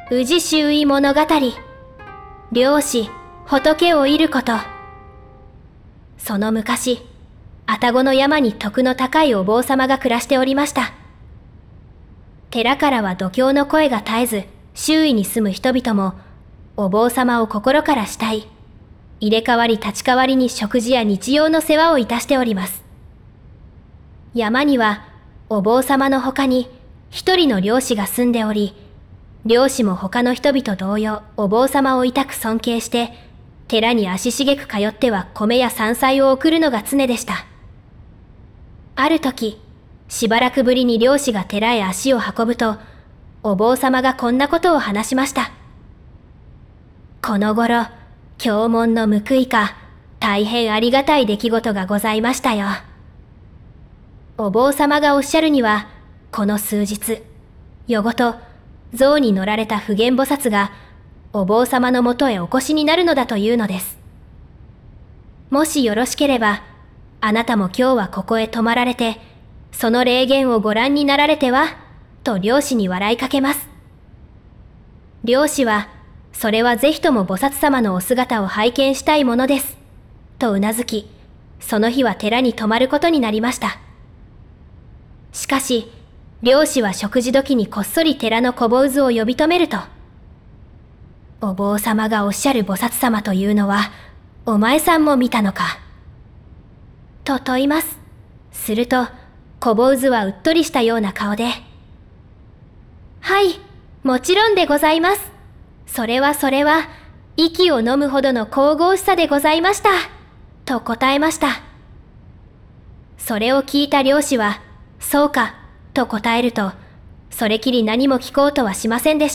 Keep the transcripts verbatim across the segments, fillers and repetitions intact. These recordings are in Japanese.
宇治周囲物語。漁師、仏を射ること。その昔、愛宕の山に徳の高いお坊様が暮らしておりました。寺からは度胸の声が絶えず、周囲に住む人々も、お坊様を心から慕い、入れ替わり立ち替わりに食事や日用の世話をいたしております。山には、お坊様の他に、一人の漁師が住んでおり、漁師も他の人々同様、お坊様をいたく尊敬して、寺に足しげく通っては米や山菜を送るのが常でした。ある時、しばらくぶりに漁師が寺へ足を運ぶと、お坊様がこんなことを話しました。この頃、経文の報いか、大変ありがたい出来事がございましたよ。お坊様がおっしゃるには、この数日、夜ごと、象に乗られた普賢菩薩が、お坊様のもとへお越しになるのだというのです。もしよろしければ、あなたも今日はここへ泊まられて、その霊言をご覧になられては、と漁師に笑いかけます。漁師は、それはぜひとも菩薩様のお姿を拝見したいものです。とうなずき、その日は寺に泊まることになりました。しかし、漁師は食事時にこっそり寺の小坊主を呼び止めると、お坊様がおっしゃる菩薩様というのは、お前さんも見たのか。と問います。すると、小坊主はうっとりしたような顔で、はい、もちろんでございます。それはそれは、息を飲むほどの神々しさでございました。と答えました。それを聞いた漁師は、そうか、と答えると、それきり何も聞こうとはしませんでした。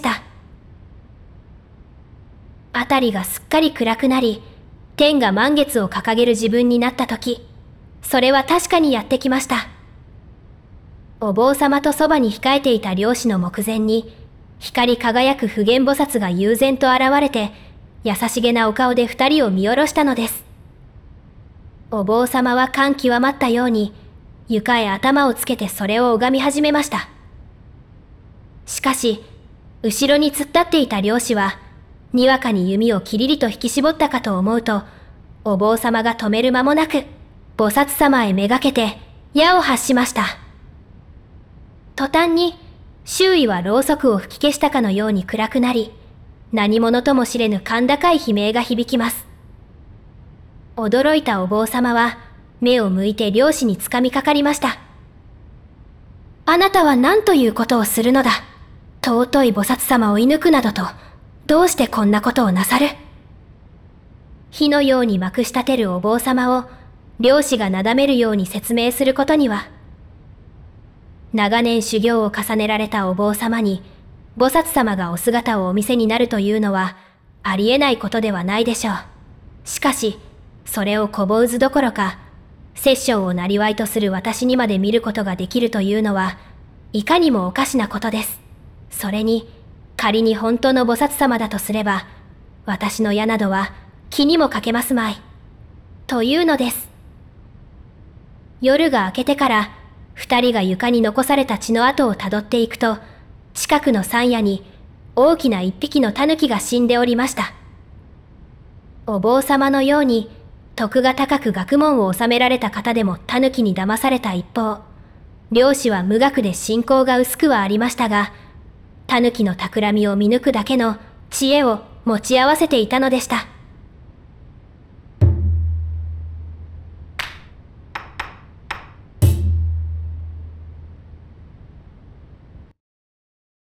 あたりがすっかり暗くなり、天が満月を掲げる自分になったとき、それは確かにやってきました。お坊様とそばに控えていた漁師の目前に、光り輝く普賢菩薩が悠然と現れて、優しげなお顔で二人を見下ろしたのです。お坊様は感極まったように、床へ頭をつけてそれを拝み始めました。しかし、後ろに突っ立っていた漁師は、にわかに弓をきりりと引き絞ったかと思うと、お坊様が止める間もなく、菩薩様へめがけて矢を発しました。途端に、周囲はろうそくを吹き消したかのように暗くなり、何者とも知れぬ甲高い悲鳴が響きます。驚いたお坊様は、目を向いて漁師につかみかかりました。あなたは何ということをするのだ。尊い菩薩様を射抜くなどと、どうしてこんなことをなさる。火のようにまくし立てるお坊様を、漁師がなだめるように説明することには、長年修行を重ねられたお坊様に、菩薩様がお姿をお見せになるというのは、ありえないことではないでしょう。しかし、それを小坊主どころか、殺生を生業とする私にまで見ることができるというのは、いかにもおかしなことです。それに、仮に本当の菩薩様だとすれば、私の矢などは気にもかけますまい。というのです。夜が明けてから、二人が床に残された血の跡をたどっていくと、近くの山野に大きな一匹の狸が死んでおりました。お坊様のように、徳が高く学問を収められた方でも狸に騙された一方、漁師は無学で信仰が薄くはありましたが、狸の企みを見抜くだけの知恵を持ち合わせていたのでした。